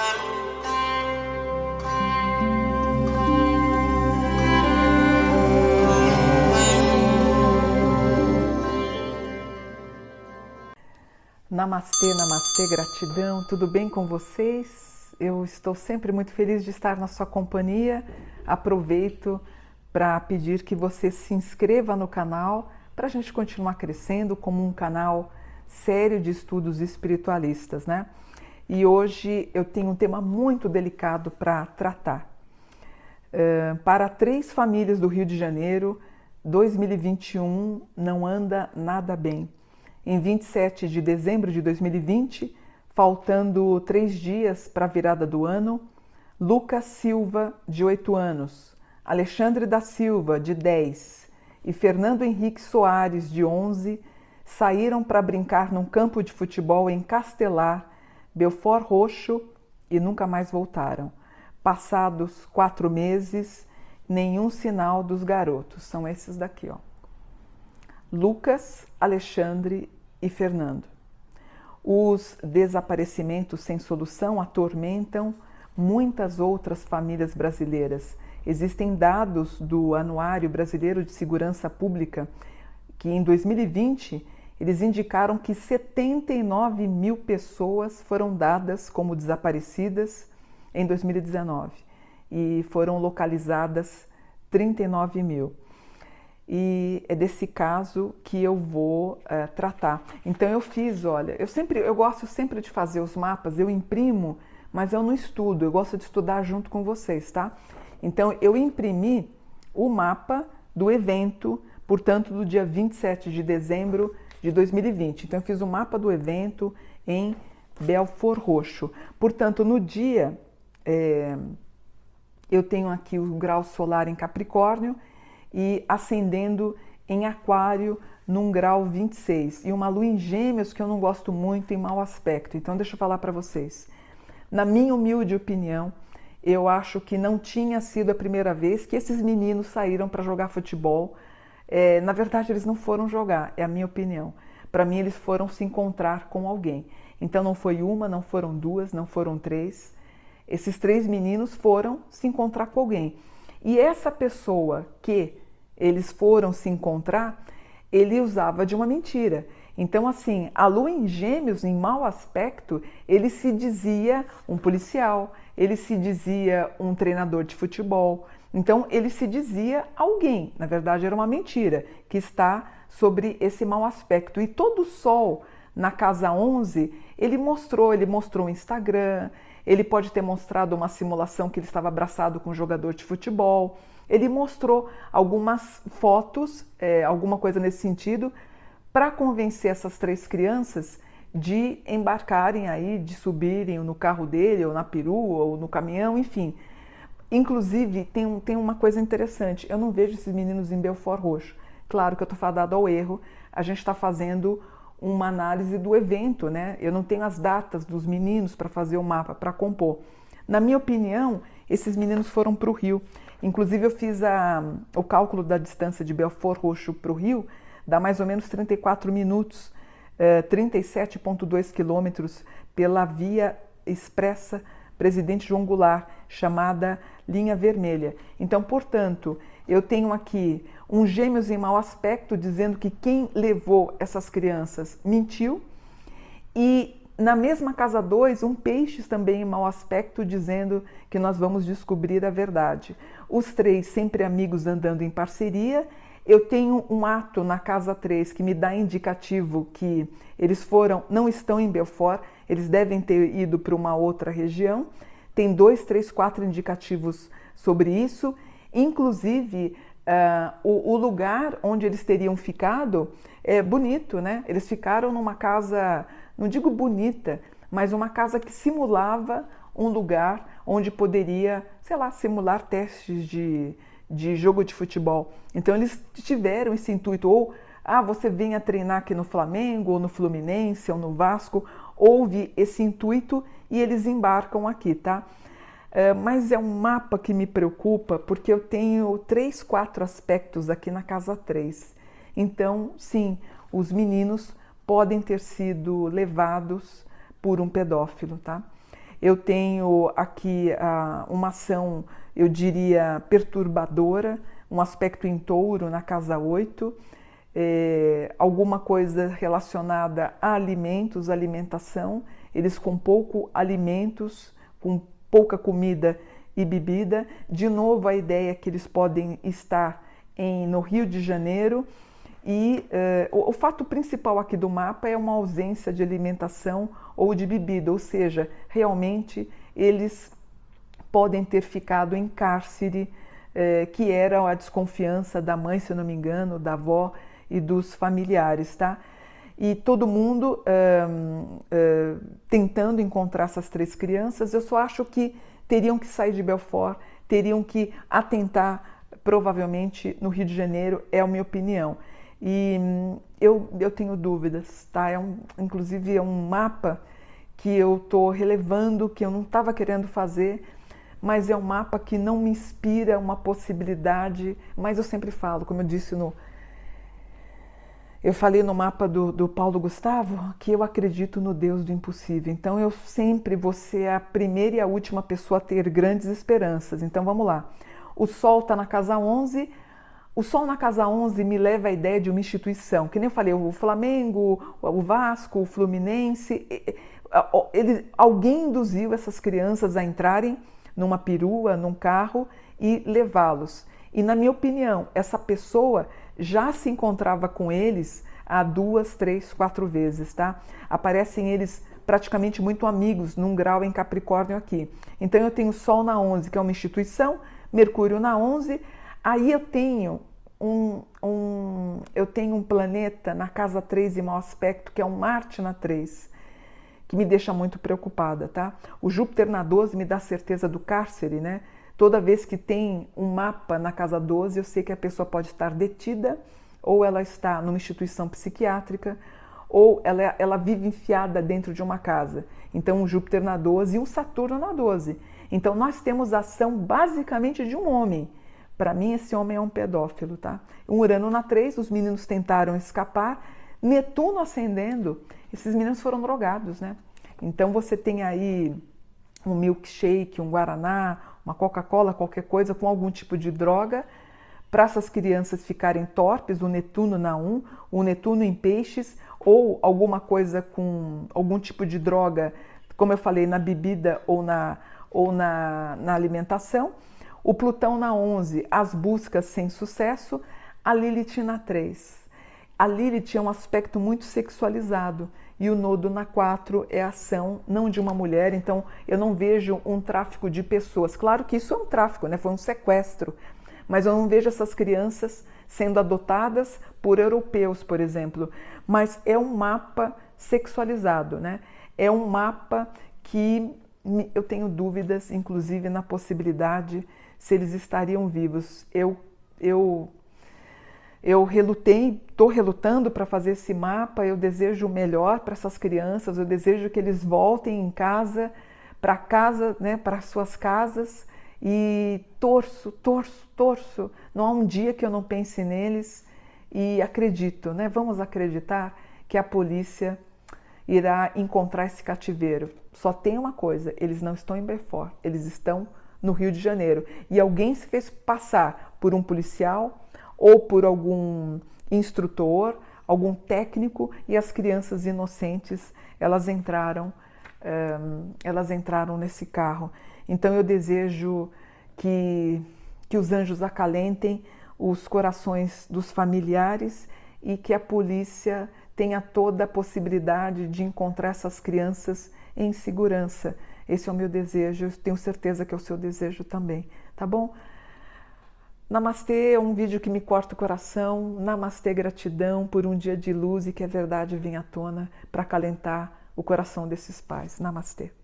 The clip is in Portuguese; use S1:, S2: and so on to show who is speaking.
S1: Namastê, namastê, gratidão, tudo bem com vocês? Eu estou sempre muito feliz de estar na sua companhia. Aproveito para pedir que você se inscreva no canal para a gente continuar crescendo como um canal sério de estudos espiritualistas, né? E hoje eu tenho um tema muito delicado para tratar. Para 3 famílias do Rio de Janeiro, 2021 não anda nada bem. Em 27 de dezembro de 2020, faltando 3 dias para a virada do ano, Lucas Silva, de 8 anos, Alexandre da Silva, de 10 e Fernando Henrique Soares, de 11, saíram para brincar num campo de futebol em Castelar, Belford Roxo, e nunca mais voltaram. Passados 4 meses, nenhum sinal dos garotos. São esses daqui, ó. Lucas, Alexandre e Fernando. Os desaparecimentos sem solução atormentam muitas outras famílias brasileiras. Existem dados do Anuário Brasileiro de Segurança Pública que em 2020 eles indicaram que 79 mil pessoas foram dadas como desaparecidas em 2019 e foram localizadas 39 mil. E é desse caso que eu vou tratar. Então eu fiz, olha, eu gosto sempre de fazer os mapas, eu imprimo, mas eu não estudo, eu gosto de estudar junto com vocês, tá? Então eu imprimi o mapa do evento, portanto do dia 27 de dezembro de 2020. Então eu fiz o mapa do evento em Belford Roxo. Portanto, no dia, eu tenho aqui o grau solar em Capricórnio, e ascendendo em Aquário num grau 26 e uma lua em Gêmeos que eu não gosto muito, em mau aspecto. Então deixa eu falar para vocês. Na minha humilde opinião, eu acho que não tinha sido a primeira vez que esses meninos saíram para jogar futebol. Na verdade, eles não foram jogar, é a minha opinião. Para mim, eles foram se encontrar com alguém. Então não foi uma, não foram 2, não foram 3. Esses 3 meninos foram se encontrar com alguém. E essa pessoa que eles foram se encontrar, ele usava de uma mentira. Então, assim, a lua em Gêmeos, em mau aspecto, ele se dizia um policial, ele se dizia um treinador de futebol. Então, ele se dizia alguém. Na verdade, era uma mentira que está sobre esse mau aspecto. E todo o sol na casa 11, ele mostrou o Instagram. Ele pode ter mostrado uma simulação que ele estava abraçado com um jogador de futebol. Ele mostrou algumas fotos, alguma coisa nesse sentido, para convencer essas 3 crianças de embarcarem aí, de subirem no carro dele, ou na perua, ou no caminhão, enfim. Inclusive, tem uma coisa interessante. Eu não vejo esses meninos em Belford Roxo. Claro que eu estou fadado ao erro. A gente está fazendo uma análise do evento, né? Eu não tenho as datas dos meninos para fazer o mapa, para compor. Na minha opinião, esses meninos foram para o Rio. Inclusive, eu fiz o cálculo da distância de Belford Roxo para o Rio, dá mais ou menos 34 minutos, 37,2 quilômetros pela via expressa Presidente João Goulart, chamada Linha Vermelha. Então, portanto, eu tenho aqui um Gêmeos em mau aspecto, dizendo que quem levou essas crianças mentiu, e na mesma casa 2, um Peixes também em mau aspecto, dizendo que nós vamos descobrir a verdade. Os 3 sempre amigos andando em parceria. Eu tenho um ato na casa 3 que me dá indicativo que eles não estão em Belford, eles devem ter ido para uma outra região. Tem 2, 3, 4 indicativos sobre isso. Inclusive, o lugar onde eles teriam ficado é bonito, né? Eles ficaram numa casa, não digo bonita, mas uma casa que simulava um lugar onde poderia, sei lá, simular testes de jogo de futebol. Então eles tiveram esse intuito, ou você venha treinar aqui no Flamengo, ou no Fluminense, ou no Vasco. Houve esse intuito e eles embarcam aqui, tá? Mas é um mapa que me preocupa, porque eu tenho 3, 4 aspectos aqui na casa 3. Então, sim, os meninos podem ter sido levados por um pedófilo, tá? Eu tenho aqui uma ação, eu diria, perturbadora, um aspecto em touro na casa 8, alguma coisa relacionada a alimentos, alimentação, eles com pouco alimentos, com pouca comida e bebida. De novo, a ideia é que eles podem estar no Rio de Janeiro. E o fato principal aqui do mapa é uma ausência de alimentação ou de bebida, ou seja, realmente eles podem ter ficado em cárcere, que era a desconfiança da mãe, se não me engano, da avó e dos familiares, tá? E todo mundo tentando encontrar essas 3 crianças. Eu só acho que teriam que sair de Belfort, teriam que atentar provavelmente no Rio de Janeiro, é a minha opinião. E eu tenho dúvidas, tá? Inclusive é um mapa que eu estou relevando, que eu não estava querendo fazer, mas é um mapa que não me inspira uma possibilidade. Mas eu sempre falo, como eu disse eu falei no mapa do Paulo Gustavo, que eu acredito no Deus do impossível. Então eu sempre vou ser a primeira e a última pessoa a ter grandes esperanças. Então vamos lá. O Sol está na casa 11. O Sol na casa 11 me leva à ideia de uma instituição, que nem eu falei, o Flamengo, o Vasco, o Fluminense. Alguém induziu essas crianças a entrarem numa perua, num carro e levá-los. E na minha opinião, essa pessoa já se encontrava com eles há 2, 3, 4 vezes, tá? Aparecem eles praticamente muito amigos num grau em Capricórnio aqui. Então eu tenho Sol na 11, que é uma instituição, Mercúrio na 11, aí eu tenho um planeta na casa 3 em mau aspecto, que é um Marte na 3, que me deixa muito preocupada, tá? O Júpiter na 12 me dá certeza do cárcere, né? Toda vez que tem um mapa na casa 12, eu sei que a pessoa pode estar detida, ou ela está numa instituição psiquiátrica, ou ela vive enfiada dentro de uma casa. Então, um Júpiter na 12 e um Saturno na 12. Então, nós temos a ação basicamente de um homem. Para mim, esse homem é um pedófilo, tá? Um Urano na 3, os meninos tentaram escapar. Netuno ascendendo, esses meninos foram drogados, né? Então, você tem aí um milkshake, um guaraná, uma Coca-Cola, qualquer coisa com algum tipo de droga, para essas crianças ficarem torpes, o Netuno na 1, o Netuno em peixes, ou alguma coisa com algum tipo de droga, como eu falei, na bebida ou na alimentação. O Plutão na 11, as buscas sem sucesso. A Lilith na 3. A Lilith é um aspecto muito sexualizado e o nodo na 4 é a ação não de uma mulher, então eu não vejo um tráfico de pessoas. Claro que isso é um tráfico, né? Foi um sequestro, mas eu não vejo essas crianças sendo adotadas por europeus, por exemplo. Mas é um mapa sexualizado, né? É um mapa que eu tenho dúvidas, inclusive, na possibilidade se eles estariam vivos. Eu relutei, estou relutando para fazer esse mapa, eu desejo o melhor para essas crianças, eu desejo que eles voltem em casa, né, para suas casas, e torço, não há um dia que eu não pense neles, e acredito, né, vamos acreditar que a polícia irá encontrar esse cativeiro. Só tem uma coisa, eles não estão em Belfort, eles estão no Rio de Janeiro, e alguém se fez passar por um policial, ou por algum instrutor, algum técnico, e as crianças inocentes, elas entraram nesse carro. Então eu desejo que os anjos acalentem os corações dos familiares e que a polícia tenha toda a possibilidade de encontrar essas crianças em segurança. Esse é o meu desejo, eu tenho certeza que é o seu desejo também, tá bom? Namastê é um vídeo que me corta o coração. Namastê, gratidão por um dia de luz e que a verdade venha à tona para acalentar o coração desses pais. Namastê.